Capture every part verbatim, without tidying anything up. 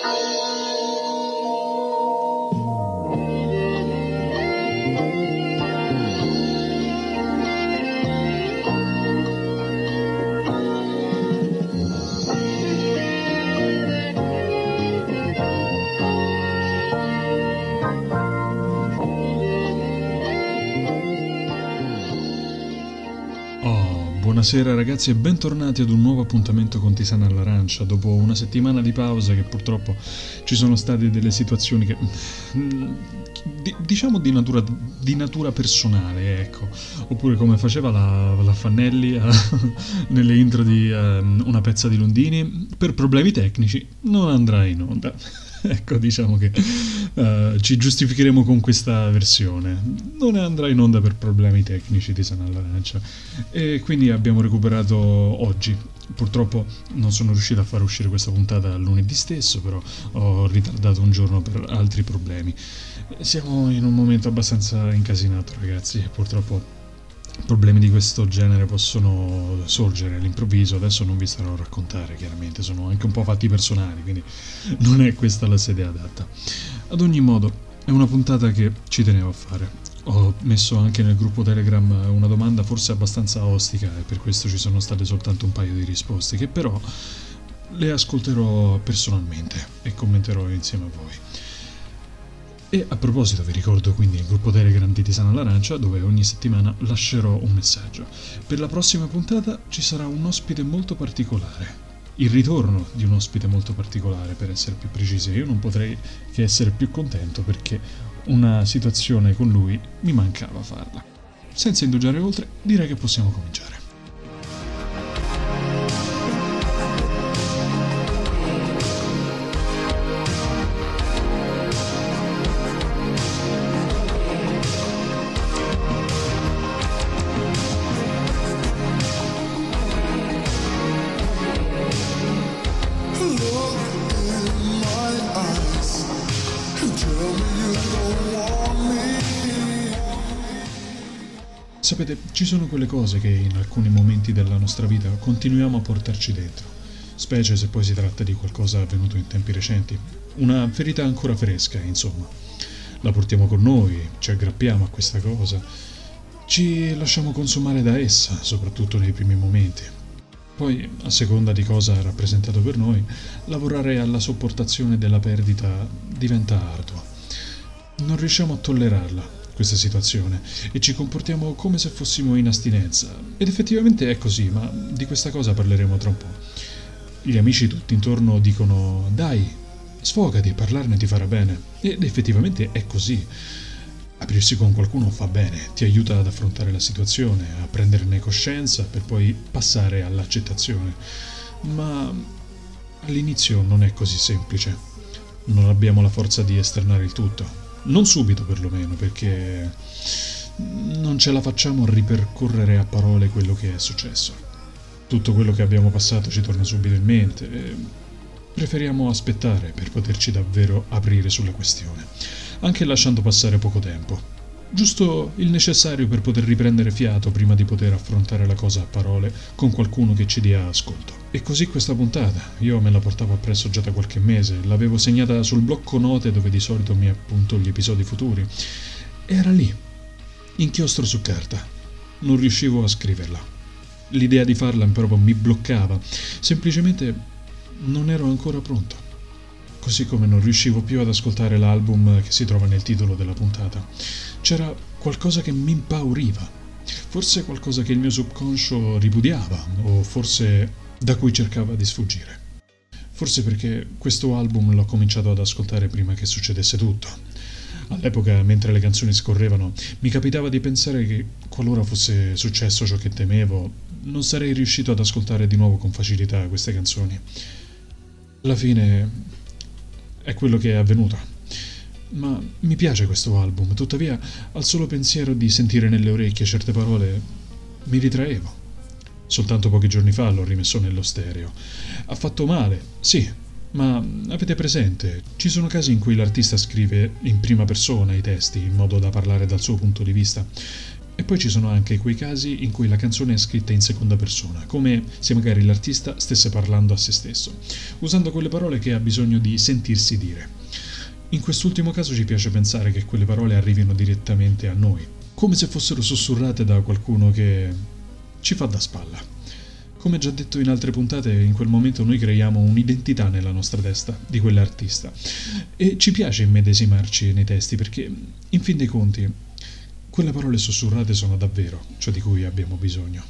Buonasera ragazzi e bentornati ad un nuovo appuntamento con Tisana all'Arancia. Dopo una settimana di pausa, che purtroppo ci sono state delle situazioni che di, diciamo di natura, di natura personale, ecco, oppure come faceva la, la Fannelli a, nelle intro di um, Una pezza di Lundini, per problemi tecnici non andrà in onda. Ecco, diciamo che uh, ci giustificheremo con questa versione. Non andrà in onda per problemi tecnici di Tisana all'Arancia. E quindi abbiamo recuperato oggi. Purtroppo non sono riuscito a far uscire questa puntata lunedì stesso, però ho ritardato un giorno per altri problemi. Siamo in un momento abbastanza incasinato, ragazzi. Purtroppo problemi di questo genere possono sorgere all'improvviso. Adesso non vi starò a raccontare, chiaramente sono anche un po' fatti personali, quindi non è questa la sede adatta. Ad ogni modo è una puntata che ci tenevo a fare. Ho messo anche nel gruppo Telegram una domanda forse abbastanza ostica e per questo ci sono state soltanto un paio di risposte, che però le ascolterò personalmente e commenterò insieme a voi. E a proposito, vi ricordo quindi il gruppo Telegram di Tisana all'Arancia, dove ogni settimana lascerò un messaggio. Per la prossima puntata ci sarà un ospite molto particolare. Il ritorno di un ospite molto particolare, per essere più precisi. Io non potrei che essere più contento perché una situazione con lui mi mancava farla. Senza indugiare oltre, direi che possiamo cominciare. Sapete, ci sono quelle cose che in alcuni momenti della nostra vita continuiamo a portarci dentro, specie se poi si tratta di qualcosa avvenuto in tempi recenti, una ferita ancora fresca, insomma. La portiamo con noi, ci aggrappiamo a questa cosa, ci lasciamo consumare da essa, soprattutto nei primi momenti. Poi, a seconda di cosa ha rappresentato per noi, lavorare alla sopportazione della perdita diventa arduo. Non riusciamo a tollerarla, questa situazione, e ci comportiamo come se fossimo in astinenza. Ed effettivamente è così, ma di questa cosa parleremo tra un po'. Gli amici tutti intorno dicono: dai, sfogati, parlarne ti farà bene. Ed effettivamente è così. Aprirsi con qualcuno fa bene, ti aiuta ad affrontare la situazione, a prenderne coscienza per poi passare all'accettazione. Ma all'inizio non è così semplice. Non abbiamo la forza di esternare il tutto. Non subito perlomeno, perché non ce la facciamo a ripercorrere a parole quello che è successo. Tutto quello che abbiamo passato ci torna subito in mente e preferiamo aspettare per poterci davvero aprire sulla questione, anche lasciando passare poco tempo. Giusto il necessario per poter riprendere fiato prima di poter affrontare la cosa a parole con qualcuno che ci dia ascolto. E così questa puntata, io me la portavo appresso già da qualche mese, l'avevo segnata sul blocco note dove di solito mi appunto gli episodi futuri. Era lì, inchiostro su carta. Non riuscivo a scriverla. L'idea di farla proprio mi bloccava, semplicemente non ero ancora pronto. Così come non riuscivo più ad ascoltare l'album che si trova nel titolo della puntata. C'era qualcosa che mi impauriva, forse qualcosa che il mio subconscio ripudiava, o forse da cui cercava di sfuggire. Forse perché questo album l'ho cominciato ad ascoltare prima che succedesse tutto. All'epoca, mentre le canzoni scorrevano, mi capitava di pensare che, qualora fosse successo ciò che temevo, non sarei riuscito ad ascoltare di nuovo con facilità queste canzoni. Alla fine è quello che è avvenuto. Ma mi piace questo album, tuttavia al solo pensiero di sentire nelle orecchie certe parole mi ritraevo. Soltanto pochi giorni fa l'ho rimesso nello stereo. Ha fatto male, sì, ma avete presente, ci sono casi in cui l'artista scrive in prima persona i testi in modo da parlare dal suo punto di vista. E E poi ci sono anche quei casi in cui la canzone è scritta in seconda persona, come se magari l'artista stesse parlando a se stesso, usando quelle parole che ha bisogno di sentirsi dire. In quest'ultimo caso ci piace pensare che quelle parole arrivino direttamente a noi, come se fossero sussurrate da qualcuno che ci fa da spalla. Come già detto in altre puntate, in quel momento noi creiamo un'identità nella nostra testa di quell'artista e ci piace immedesimarci nei testi perché, in fin dei conti, quelle parole sussurrate sono davvero ciò di cui abbiamo bisogno.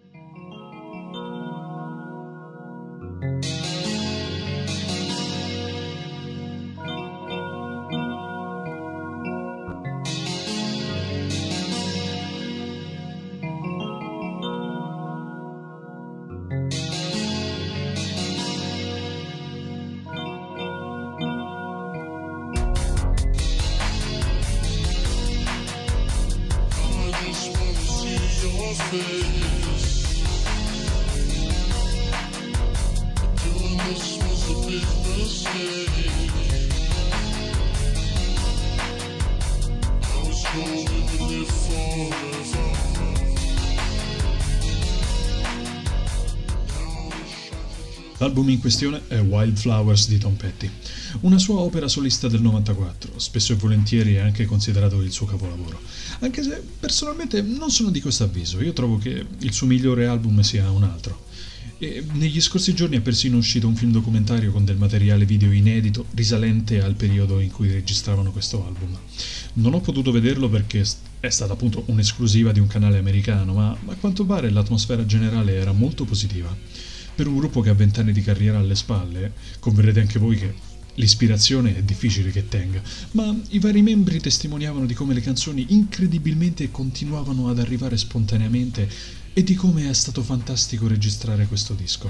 L'album in questione è Wildflowers di Tom Petty, una sua opera solista del novantaquattro, spesso e volentieri è anche considerato il suo capolavoro, anche se personalmente non sono di questo avviso, io trovo che il suo migliore album sia un altro. E negli scorsi giorni è persino uscito un film documentario con del materiale video inedito risalente al periodo in cui registravano questo album. Non ho potuto vederlo perché è stata appunto un'esclusiva di un canale americano, ma a quanto pare l'atmosfera generale era molto positiva. Per un gruppo che ha vent'anni di carriera alle spalle, converrete anche voi che l'ispirazione è difficile che tenga, ma i vari membri testimoniavano di come le canzoni incredibilmente continuavano ad arrivare spontaneamente e di come è stato fantastico registrare questo disco.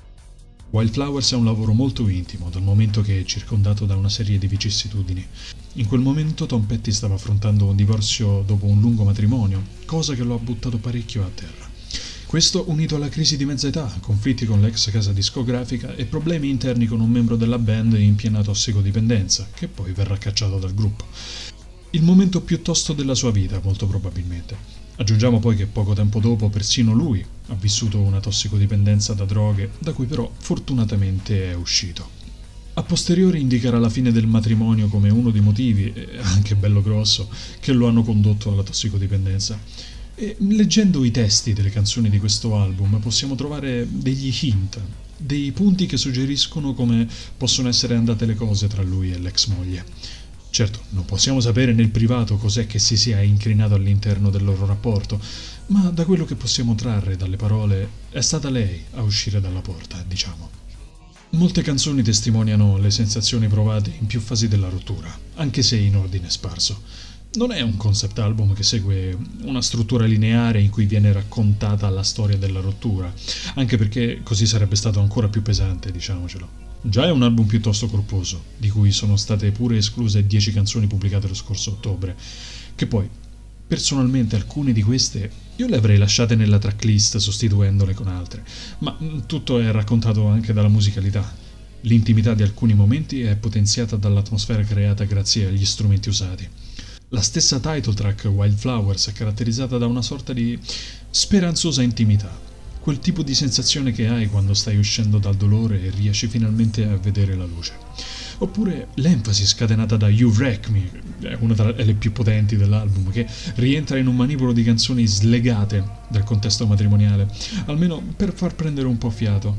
Wildflowers è un lavoro molto intimo, dal momento che è circondato da una serie di vicissitudini. In quel momento Tom Petty stava affrontando un divorzio dopo un lungo matrimonio, cosa che lo ha buttato parecchio a terra. Questo unito alla crisi di mezza età, conflitti con l'ex casa discografica e problemi interni con un membro della band in piena tossicodipendenza, che poi verrà cacciato dal gruppo. Il momento più tosto della sua vita, molto probabilmente. Aggiungiamo poi che poco tempo dopo persino lui ha vissuto una tossicodipendenza da droghe, da cui però fortunatamente è uscito. A posteriori indicherà la fine del matrimonio come uno dei motivi, anche bello grosso, che lo hanno condotto alla tossicodipendenza. E leggendo i testi delle canzoni di questo album possiamo trovare degli hint, dei punti che suggeriscono come possono essere andate le cose tra lui e l'ex moglie. Certo, non possiamo sapere nel privato cos'è che si sia incrinato all'interno del loro rapporto, ma da quello che possiamo trarre dalle parole è stata lei a uscire dalla porta, diciamo. Molte canzoni testimoniano le sensazioni provate in più fasi della rottura, anche se in ordine sparso. Non è un concept album che segue una struttura lineare in cui viene raccontata la storia della rottura, anche perché così sarebbe stato ancora più pesante, diciamocelo. Già è un album piuttosto corposo, di cui sono state pure escluse dieci canzoni pubblicate lo scorso ottobre, che poi, personalmente alcune di queste io le avrei lasciate nella tracklist sostituendole con altre, ma tutto è raccontato anche dalla musicalità. L'intimità di alcuni momenti è potenziata dall'atmosfera creata grazie agli strumenti usati. La stessa title track Wildflowers è caratterizzata da una sorta di speranzosa intimità, quel tipo di sensazione che hai quando stai uscendo dal dolore e riesci finalmente a vedere la luce. Oppure l'enfasi scatenata da You Wreck Me, è una delle più potenti dell'album, che rientra in un manipolo di canzoni slegate dal contesto matrimoniale, almeno per far prendere un po' fiato.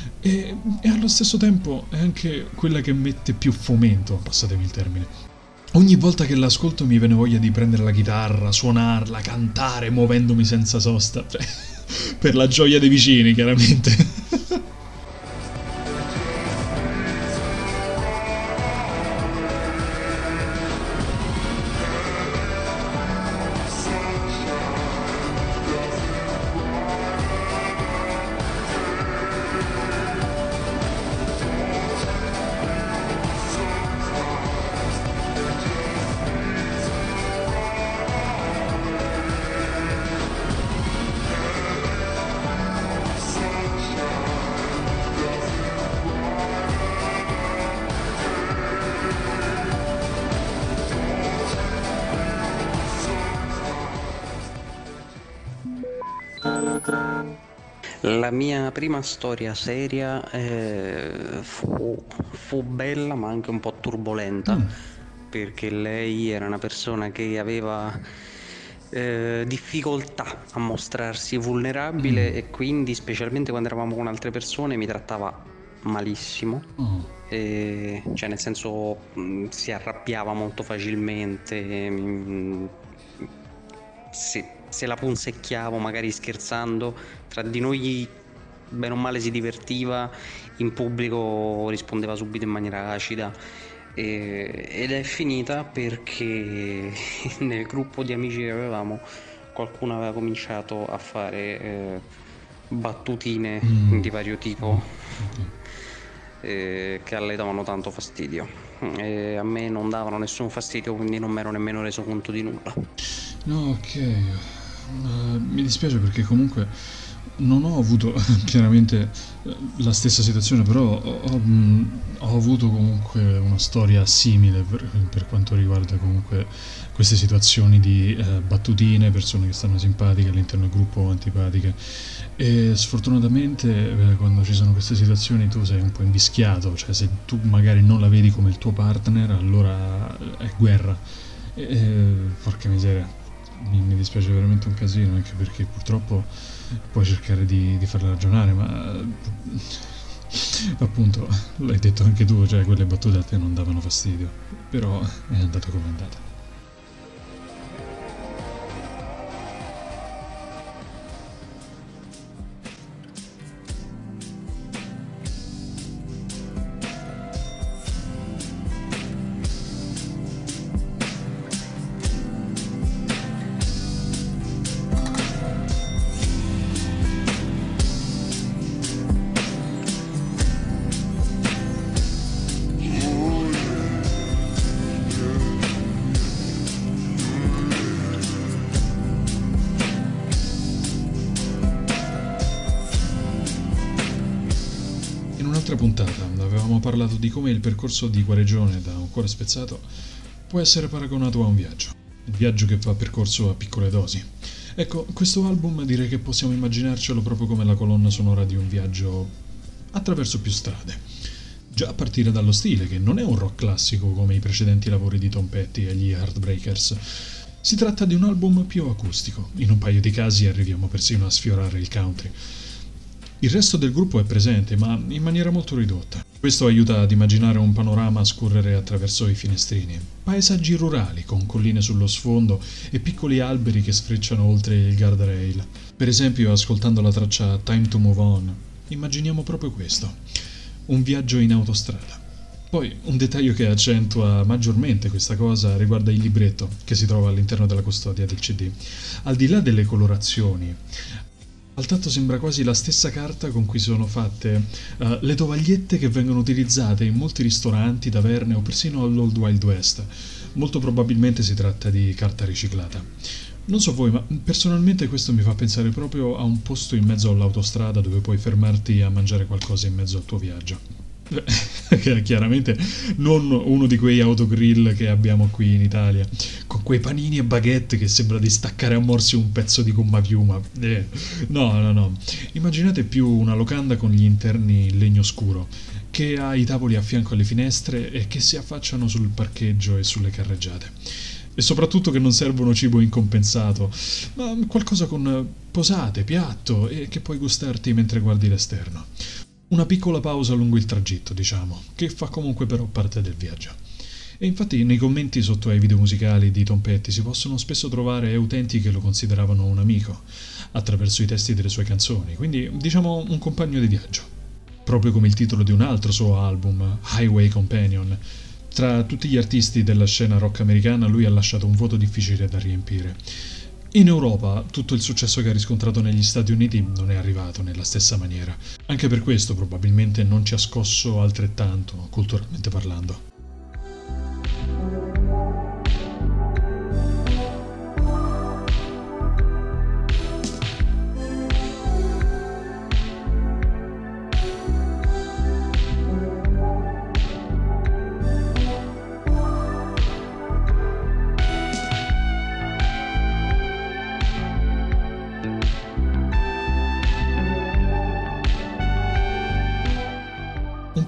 E, e allo stesso tempo è anche quella che mette più fomento, passatemi il termine. Ogni volta che l'ascolto mi viene voglia di prendere la chitarra, suonarla, cantare, muovendomi senza sosta. Cioè, per la gioia dei vicini, chiaramente. La mia prima storia seria eh, fu, fu bella ma anche un po' turbolenta, Mm, perché lei era una persona che aveva eh, difficoltà a mostrarsi vulnerabile mm, e quindi, specialmente quando eravamo con altre persone, mi trattava malissimo. oh, E, cioè, nel senso, mh, si arrabbiava molto facilmente. mh, se, se la punzecchiavo, magari scherzando, tra di noi, bene o male, si divertiva, in pubblico rispondeva subito in maniera acida. E- ed è finita perché nel gruppo di amici che avevamo qualcuno aveva cominciato a fare eh, battutine mm, di vario tipo, oh, ok. eh, che a lei davano tanto fastidio. E a me non davano nessun fastidio, quindi non mi ero nemmeno reso conto di nulla. No, ok. Eh, mi dispiace perché comunque non ho avuto chiaramente eh, la stessa situazione, però ho, ho, mh, ho avuto comunque una storia simile per, per quanto riguarda comunque queste situazioni di eh, battutine, persone che stanno simpatiche all'interno del gruppo o antipatiche. E sfortunatamente eh, quando ci sono queste situazioni tu sei un po' invischiato, cioè se tu magari non la vedi come il tuo partner, allora è guerra. E, e, porca miseria, mi, mi dispiace veramente un casino, anche perché purtroppo puoi cercare di, di farla ragionare, ma appunto l'hai detto anche tu, cioè quelle battute a te non davano fastidio, però è andata come è andata. In un'altra puntata avevamo parlato di come il percorso di guarigione da un cuore spezzato può essere paragonato a un viaggio, il viaggio che va percorso a piccole dosi. Ecco, questo album direi che possiamo immaginarcelo proprio come la colonna sonora di un viaggio attraverso più strade. Già a partire dallo stile, che non è un rock classico come i precedenti lavori di Tom Petty e gli Heartbreakers. Si tratta di un album più acustico, in un paio di casi arriviamo persino a sfiorare il country. Il resto del gruppo è presente, ma in maniera molto ridotta. Questo aiuta ad immaginare un panorama a scorrere attraverso i finestrini. Paesaggi rurali, con colline sullo sfondo e piccoli alberi che sfrecciano oltre il guardrail. Per esempio, ascoltando la traccia Time to Move On, immaginiamo proprio questo. Un viaggio in autostrada. Poi, un dettaglio che accentua maggiormente questa cosa riguarda il libretto che si trova all'interno della custodia del C D. Al di là delle colorazioni, al tatto sembra quasi la stessa carta con cui sono fatte uh, le tovagliette che vengono utilizzate in molti ristoranti, taverne o persino all'Old Wild West. Molto probabilmente si tratta di carta riciclata. Non so voi, ma personalmente questo mi fa pensare proprio a un posto in mezzo all'autostrada dove puoi fermarti a mangiare qualcosa in mezzo al tuo viaggio. Che chiaramente non uno di quei autogrill che abbiamo qui in Italia, con quei panini e baguette che sembra di staccare a morsi un pezzo di gomma piuma. Eh, no, no, no. Immaginate più una locanda con gli interni in legno scuro, che ha i tavoli a fianco alle finestre e che si affacciano sul parcheggio e sulle carreggiate. E soprattutto che non servono cibo incompensato, ma qualcosa con posate, piatto e che puoi gustarti mentre guardi l'esterno. Una piccola pausa lungo il tragitto, diciamo, che fa comunque però parte del viaggio. E infatti nei commenti sotto ai video musicali di Tom Petty si possono spesso trovare utenti che lo consideravano un amico, attraverso i testi delle sue canzoni, quindi diciamo un compagno di viaggio. Proprio come il titolo di un altro suo album, Highway Companion. Tra tutti gli artisti della scena rock americana lui ha lasciato un vuoto difficile da riempire. In Europa tutto il successo che ha riscontrato negli Stati Uniti non è arrivato nella stessa maniera. Anche per questo probabilmente non ci ha scosso altrettanto, culturalmente parlando.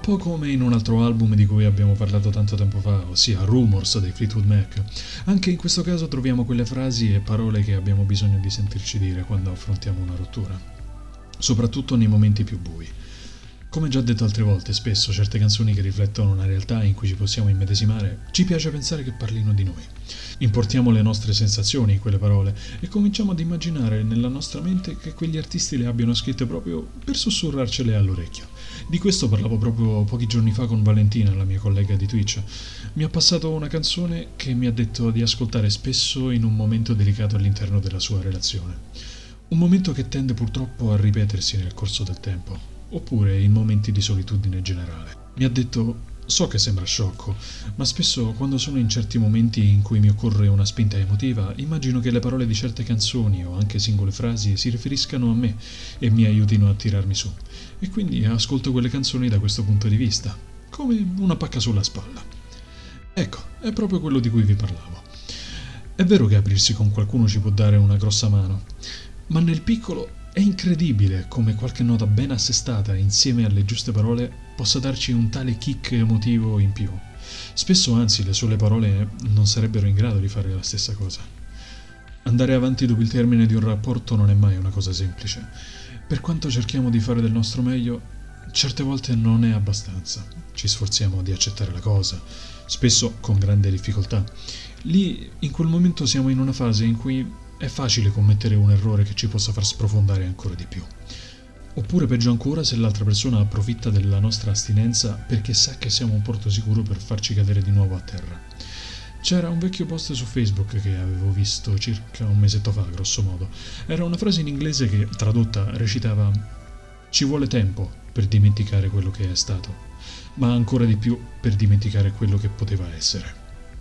po' come in un altro album di cui abbiamo parlato tanto tempo fa, ossia Rumors dei Fleetwood Mac. Anche in questo caso troviamo quelle frasi e parole che abbiamo bisogno di sentirci dire quando affrontiamo una rottura, soprattutto nei momenti più bui. Come già detto altre volte, spesso certe canzoni che riflettono una realtà in cui ci possiamo immedesimare, ci piace pensare che parlino di noi. Importiamo le nostre sensazioni in quelle parole e cominciamo ad immaginare nella nostra mente che quegli artisti le abbiano scritte proprio per sussurrarcele all'orecchio. Di questo parlavo proprio pochi giorni fa con Valentina, la mia collega di Twitch. Mi ha passato una canzone che mi ha detto di ascoltare spesso in un momento delicato all'interno della sua relazione. Un momento che tende purtroppo a ripetersi nel corso del tempo, oppure in momenti di solitudine generale. Mi ha detto: so che sembra sciocco, ma spesso quando sono in certi momenti in cui mi occorre una spinta emotiva, immagino che le parole di certe canzoni o anche singole frasi si riferiscano a me e mi aiutino a tirarmi su. E quindi ascolto quelle canzoni da questo punto di vista, come una pacca sulla spalla. Ecco, è proprio quello di cui vi parlavo. È vero che aprirsi con qualcuno ci può dare una grossa mano, ma nel piccolo è incredibile come qualche nota ben assestata insieme alle giuste parole possa darci un tale kick emotivo in più. Spesso, anzi, le sole parole non sarebbero in grado di fare la stessa cosa. Andare avanti dopo il termine di un rapporto non è mai una cosa semplice. Per quanto cerchiamo di fare del nostro meglio, certe volte non è abbastanza. Ci sforziamo di accettare la cosa, spesso con grande difficoltà. Lì, in quel momento, siamo in una fase in cui è facile commettere un errore che ci possa far sprofondare ancora di più. Oppure peggio ancora se l'altra persona approfitta della nostra astinenza perché sa che siamo un porto sicuro per farci cadere di nuovo a terra. C'era un vecchio post su Facebook che avevo visto circa un mesetto fa, grosso modo. Era una frase in inglese che, tradotta, recitava: ci vuole tempo per dimenticare quello che è stato, ma ancora di più per dimenticare quello che poteva essere.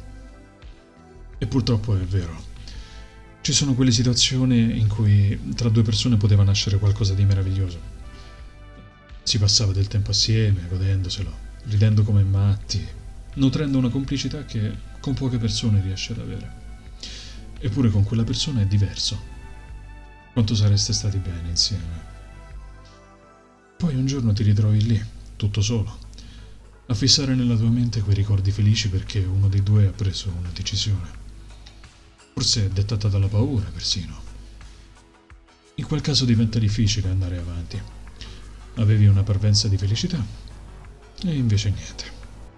E purtroppo è vero. Ci sono quelle situazioni in cui tra due persone poteva nascere qualcosa di meraviglioso. Si passava del tempo assieme, godendoselo, ridendo come matti, nutrendo una complicità che con poche persone riesce ad avere. Eppure con quella persona è diverso. Quanto sareste stati bene insieme. Poi un giorno ti ritrovi lì, tutto solo, a fissare nella tua mente quei ricordi felici perché uno dei due ha preso una decisione. Forse è dettata dalla paura, persino. In quel caso diventa difficile andare avanti. Avevi una parvenza di felicità e invece niente.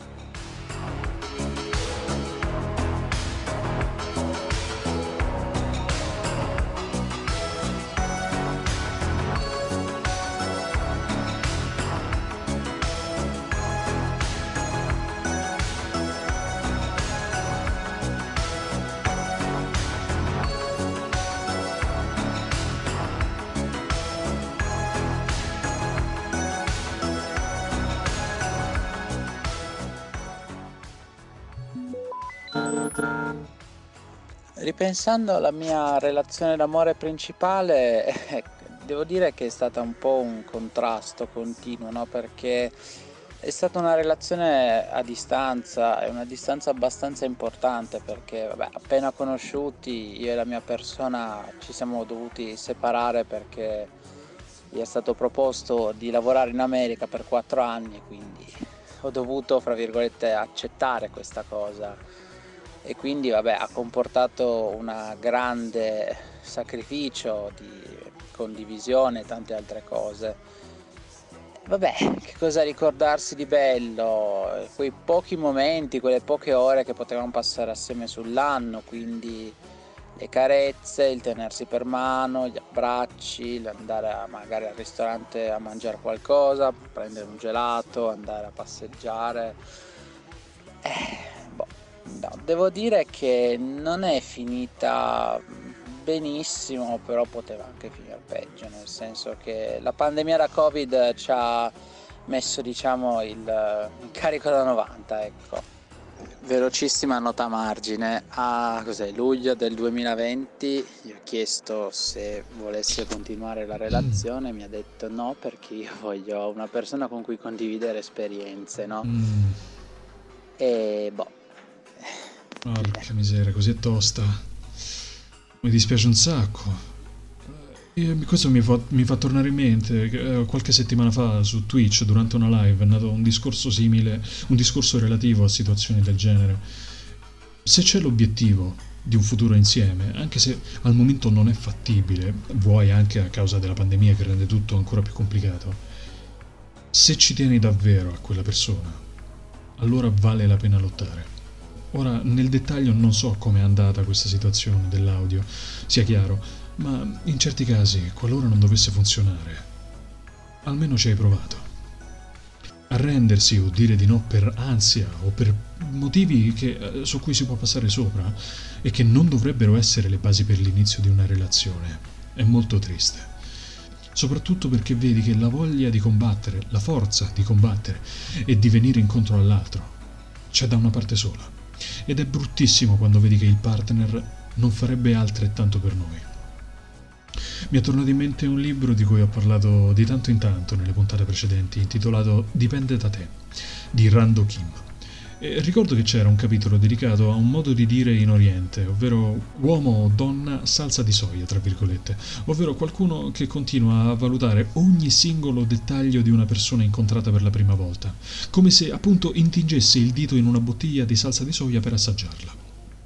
Ripensando alla mia relazione d'amore principale, eh, devo dire che è stata un po' un contrasto continuo, no? Perché è stata una relazione a distanza, è una distanza abbastanza importante perché, vabbè, appena conosciuti, io e la mia persona ci siamo dovuti separare perché gli è stato proposto di lavorare in America per quattro anni, quindi ho dovuto, fra virgolette, accettare questa cosa. E quindi vabbè, ha comportato un grande sacrificio di condivisione e tante altre cose. Vabbè, che cosa ricordarsi di bello? Quei pochi momenti, quelle poche ore che potevamo passare assieme sull'anno, quindi le carezze, il tenersi per mano, gli abbracci, andare a, magari al ristorante a mangiare qualcosa, prendere un gelato, andare a passeggiare. Eh, No, devo dire che non è finita benissimo, però poteva anche finire peggio, nel senso che la pandemia da Covid ci ha messo, diciamo, il, il carico da novanta, ecco. Velocissima nota a margine, a cos'è, luglio del duemilaventi gli ho chiesto se volesse continuare la relazione, mi ha detto no perché io voglio una persona con cui condividere esperienze, no? Mm. E boh. Porca miseria, così è tosta. Mi dispiace un sacco. E questo mi fa, mi fa tornare in mente che eh, qualche settimana fa su Twitch, durante una live, è nato un discorso simile, un discorso relativo a situazioni del genere. Se c'è l'obiettivo di un futuro insieme, anche se al momento non è fattibile, vuoi anche a causa della pandemia che rende tutto ancora più complicato, se ci tieni davvero a quella persona, allora vale la pena lottare. Ora, nel dettaglio non so com'è andata questa situazione dell'audio, sia chiaro, ma in certi casi, qualora non dovesse funzionare, almeno ci hai provato. Arrendersi o dire di no per ansia o per motivi che, su cui si può passare sopra e che non dovrebbero essere le basi per l'inizio di una relazione è molto triste. Soprattutto perché vedi che la voglia di combattere, la forza di combattere e di venire incontro all'altro c'è da una parte sola. Ed è bruttissimo quando vedi che il partner non farebbe altrettanto per noi. Mi è tornato in mente un libro di cui ho parlato di tanto in tanto nelle puntate precedenti, intitolato Dipende da te, di Rando Kim. E ricordo che c'era un capitolo dedicato a un modo di dire in Oriente, ovvero uomo o donna salsa di soia, tra virgolette, ovvero qualcuno che continua a valutare ogni singolo dettaglio di una persona incontrata per la prima volta, come se appunto intingesse il dito in una bottiglia di salsa di soia per assaggiarla.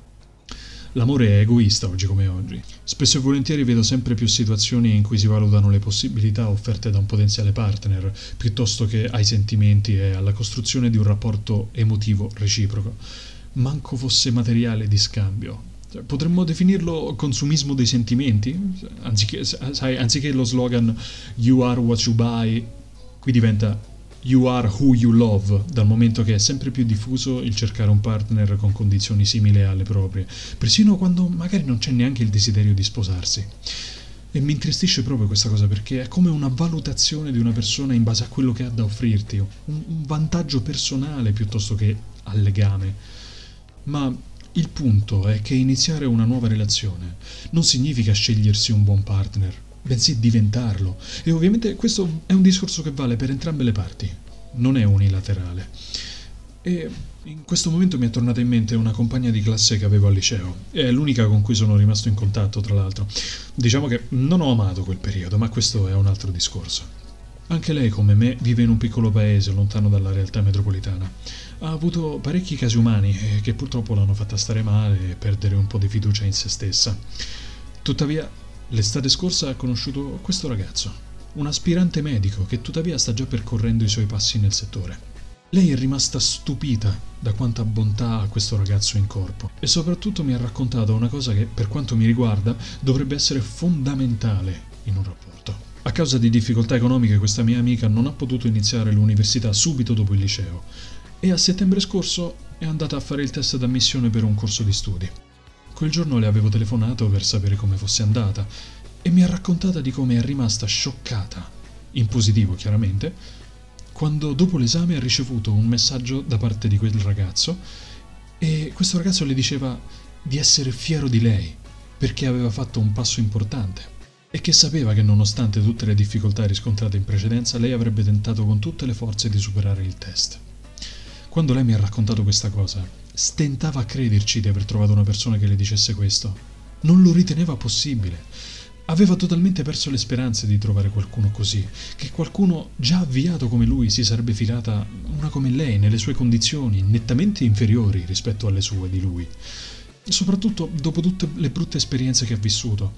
L'amore è egoista oggi come oggi. Spesso e volentieri vedo sempre più situazioni in cui si valutano le possibilità offerte da un potenziale partner, piuttosto che ai sentimenti e alla costruzione di un rapporto emotivo reciproco. Manco fosse materiale di scambio. Potremmo definirlo consumismo dei sentimenti? Anziché, sai, anziché lo slogan You are what you buy, qui diventa You are who you love, dal momento che è sempre più diffuso il cercare un partner con condizioni simili alle proprie, persino quando magari non c'è neanche il desiderio di sposarsi. E mi intristisce proprio questa cosa, perché è come una valutazione di una persona in base a quello che ha da offrirti, un, un vantaggio personale piuttosto che al legame. Ma il punto è che iniziare una nuova relazione non significa scegliersi un buon partner, bensì diventarlo. E ovviamente questo è un discorso che vale per entrambe le parti, non è unilaterale. E in questo momento mi è tornata in mente una compagna di classe che avevo al liceo, e è l'unica con cui sono rimasto in contatto, tra l'altro. Diciamo che non ho amato quel periodo, ma questo è un altro discorso. Anche lei, come me, vive in un piccolo paese lontano dalla realtà metropolitana. Ha avuto parecchi casi umani che purtroppo l'hanno fatta stare male e perdere un po' di fiducia in se stessa. Tuttavia, l'estate scorsa ha conosciuto questo ragazzo, un aspirante medico che tuttavia sta già percorrendo i suoi passi nel settore. Lei è rimasta stupita da quanta bontà ha questo ragazzo in corpo e soprattutto mi ha raccontato una cosa che, per quanto mi riguarda, dovrebbe essere fondamentale in un rapporto. A causa di difficoltà economiche questa mia amica non ha potuto iniziare l'università subito dopo il liceo e a settembre scorso è andata a fare il test d'ammissione per un corso di studi. Quel giorno le avevo telefonato per sapere come fosse andata e mi ha raccontata di come è rimasta scioccata, in positivo chiaramente, quando dopo l'esame ha ricevuto un messaggio da parte di quel ragazzo e questo ragazzo le diceva di essere fiero di lei perché aveva fatto un passo importante e che sapeva che nonostante tutte le difficoltà riscontrate in precedenza lei avrebbe tentato con tutte le forze di superare il test. Quando lei mi ha raccontato questa cosa, stentava a crederci di aver trovato una persona che le dicesse questo. Non lo riteneva possibile. Aveva totalmente perso le speranze di trovare qualcuno così, che qualcuno già avviato come lui si sarebbe filata una come lei, nelle sue condizioni, nettamente inferiori rispetto alle sue di lui. Soprattutto dopo tutte le brutte esperienze che ha vissuto.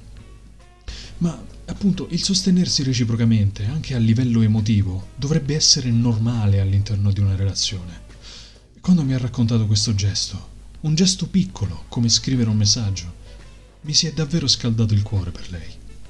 Ma appunto il sostenersi reciprocamente, anche a livello emotivo, dovrebbe essere normale all'interno di una relazione. Quando mi ha raccontato questo gesto, un gesto piccolo, come scrivere un messaggio, mi si è davvero scaldato il cuore per lei.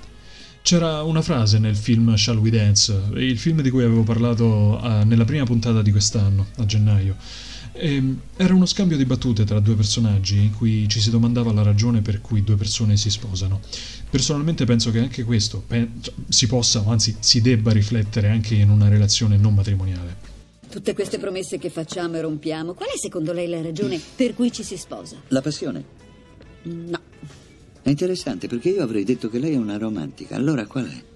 C'era una frase nel film Shall We Dance, il film di cui avevo parlato uh, nella prima puntata di quest'anno, a gennaio. E era uno scambio di battute tra due personaggi in cui ci si domandava la ragione per cui due persone si sposano. Personalmente penso che anche questo pe- si possa, o anzi si debba riflettere anche in una relazione non matrimoniale. Tutte queste promesse che facciamo e rompiamo, qual è secondo lei la ragione per cui ci si sposa? La passione? No. È interessante perché io avrei detto che lei è una romantica. Allora qual è?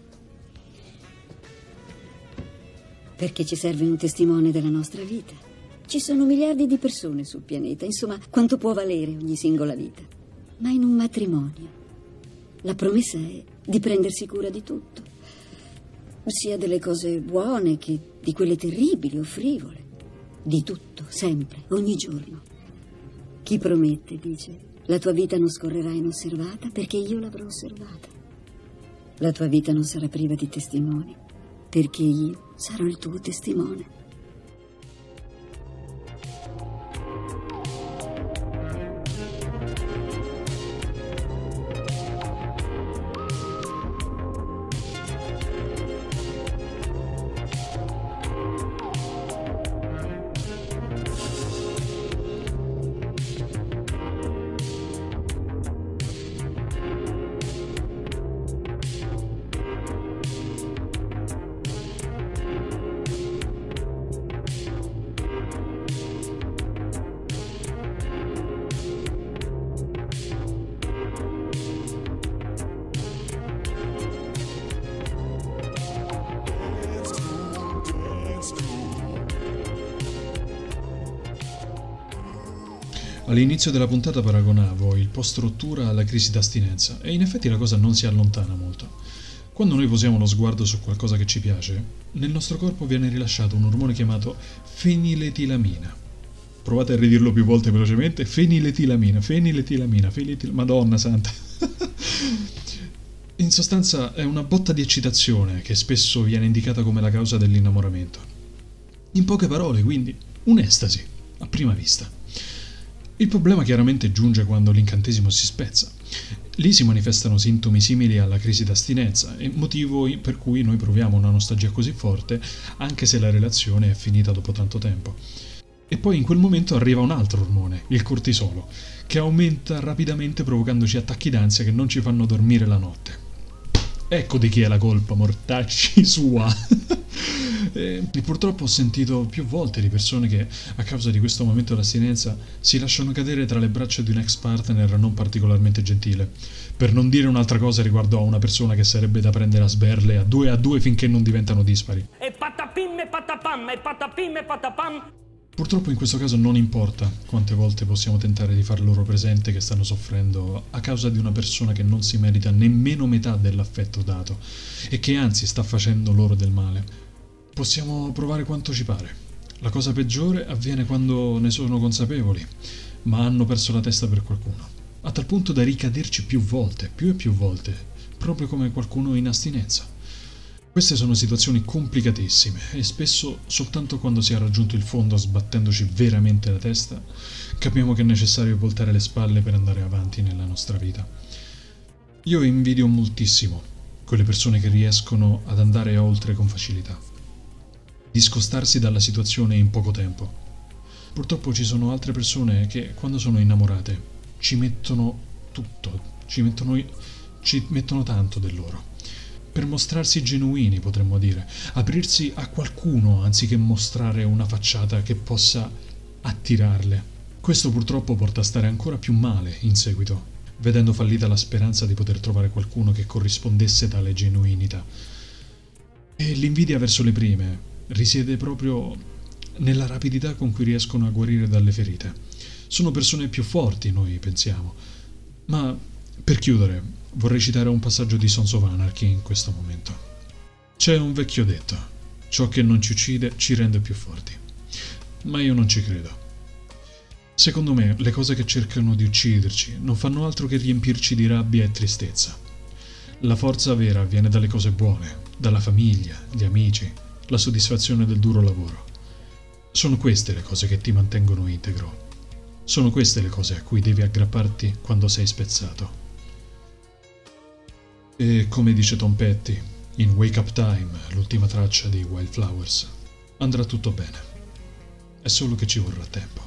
Perché ci serve un testimone della nostra vita. Ci sono miliardi di persone sul pianeta, insomma, quanto può valere ogni singola vita? Ma in un matrimonio la promessa è di prendersi cura di tutto, sia delle cose buone che di quelle terribili o frivole, di tutto, sempre, ogni giorno. Chi promette, dice, la tua vita non scorrerà inosservata perché io l'avrò osservata. La tua vita non sarà priva di testimoni perché io sarò il tuo testimone. All'inizio della puntata paragonavo il post-rottura alla crisi d'astinenza e in effetti la cosa non si allontana molto. Quando noi posiamo lo sguardo su qualcosa che ci piace, nel nostro corpo viene rilasciato un ormone chiamato feniletilamina. Provate a ridirlo più volte velocemente: feniletilamina, feniletilamina, feniletilamina, Madonna santa. In sostanza è una botta di eccitazione che spesso viene indicata come la causa dell'innamoramento. In poche parole, quindi, un'estasi, a prima vista. Il problema chiaramente giunge quando l'incantesimo si spezza. Lì si manifestano sintomi simili alla crisi d'astinenza, e motivo per cui noi proviamo una nostalgia così forte anche se la relazione è finita dopo tanto tempo. E poi in quel momento arriva un altro ormone, il cortisolo, che aumenta rapidamente provocandoci attacchi d'ansia che non ci fanno dormire la notte. Ecco di chi è la colpa, mortacci sua! E purtroppo ho sentito più volte di persone che, a causa di questo momento d'astinenza, si lasciano cadere tra le braccia di un ex partner non particolarmente gentile. Per non dire un'altra cosa riguardo a una persona che sarebbe da prendere a sberle a due a due finché non diventano dispari. E patapim e patapam, e patapim e patapam. Purtroppo in questo caso non importa quante volte possiamo tentare di far loro presente che stanno soffrendo a causa di una persona che non si merita nemmeno metà dell'affetto dato e che anzi sta facendo loro del male. Possiamo provare quanto ci pare. La cosa peggiore avviene quando ne sono consapevoli, ma hanno perso la testa per qualcuno, a tal punto da ricaderci più volte, più e più volte, proprio come qualcuno in astinenza. Queste sono situazioni complicatissime e spesso soltanto quando si è raggiunto il fondo sbattendoci veramente la testa capiamo che è necessario voltare le spalle per andare avanti nella nostra vita. Io invidio moltissimo quelle persone che riescono ad andare oltre con facilità, discostarsi dalla situazione in poco tempo. Purtroppo ci sono altre persone che quando sono innamorate ci mettono tutto, ci mettono, ci mettono tanto del loro. Per mostrarsi genuini, potremmo dire, aprirsi a qualcuno anziché mostrare una facciata che possa attirarle. Questo purtroppo porta a stare ancora più male in seguito, vedendo fallita la speranza di poter trovare qualcuno che corrispondesse tale genuinità. E l'invidia verso le prime risiede proprio nella rapidità con cui riescono a guarire dalle ferite. Sono persone più forti, noi pensiamo. Ma, per chiudere, vorrei citare un passaggio di Sons of Anarchy in questo momento. C'è un vecchio detto: ciò che non ci uccide ci rende più forti. Ma io non ci credo. Secondo me, le cose che cercano di ucciderci non fanno altro che riempirci di rabbia e tristezza. La forza vera viene dalle cose buone, dalla famiglia, gli amici, la soddisfazione del duro lavoro. Sono queste le cose che ti mantengono integro. Sono queste le cose a cui devi aggrapparti quando sei spezzato. E come dice Tom Petty in Wake Up Time, l'ultima traccia di Wildflowers, andrà tutto bene. È solo che ci vorrà tempo.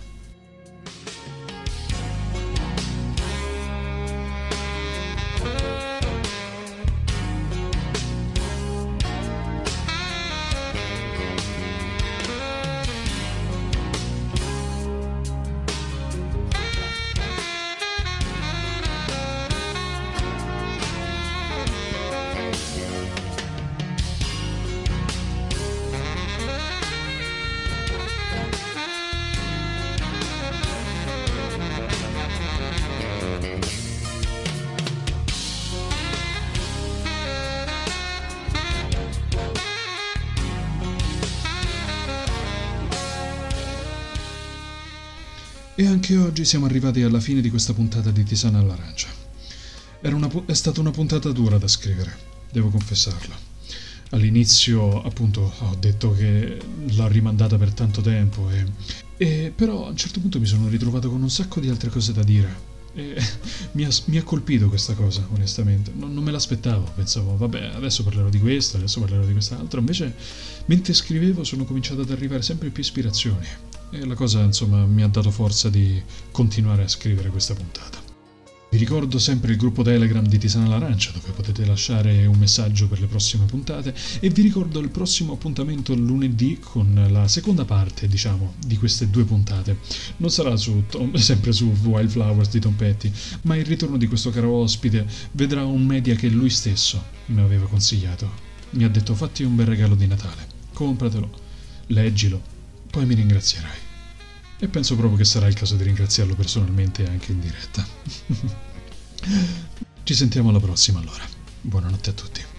E anche oggi siamo arrivati alla fine di questa puntata di Tisana all'Arancia. Era una, è stata una puntata dura da scrivere, devo confessarlo. All'inizio, appunto, ho detto che l'ho rimandata per tanto tempo e, e però a un certo punto mi sono ritrovato con un sacco di altre cose da dire. E mi ha, mi ha colpito questa cosa, onestamente. Non, non me l'aspettavo, pensavo, vabbè, adesso parlerò di questo, adesso parlerò di quest'altro. Invece, mentre scrivevo, sono cominciato ad arrivare sempre più ispirazioni. E la cosa, insomma, mi ha dato forza di continuare a scrivere questa puntata. Vi ricordo sempre il gruppo Telegram di Tisana all'Arancia, dove potete lasciare un messaggio per le prossime puntate, e vi ricordo il prossimo appuntamento lunedì con la seconda parte, diciamo, di queste due puntate. Non sarà su Tom, sempre su Wildflowers di Tom Petty, ma il ritorno di questo caro ospite vedrà un media che lui stesso mi aveva consigliato. Mi ha detto: fatti un bel regalo di Natale, compratelo, leggilo, poi mi ringrazierai. E penso proprio che sarà il caso di ringraziarlo personalmente anche in diretta. Ci sentiamo alla prossima allora. Buonanotte a tutti.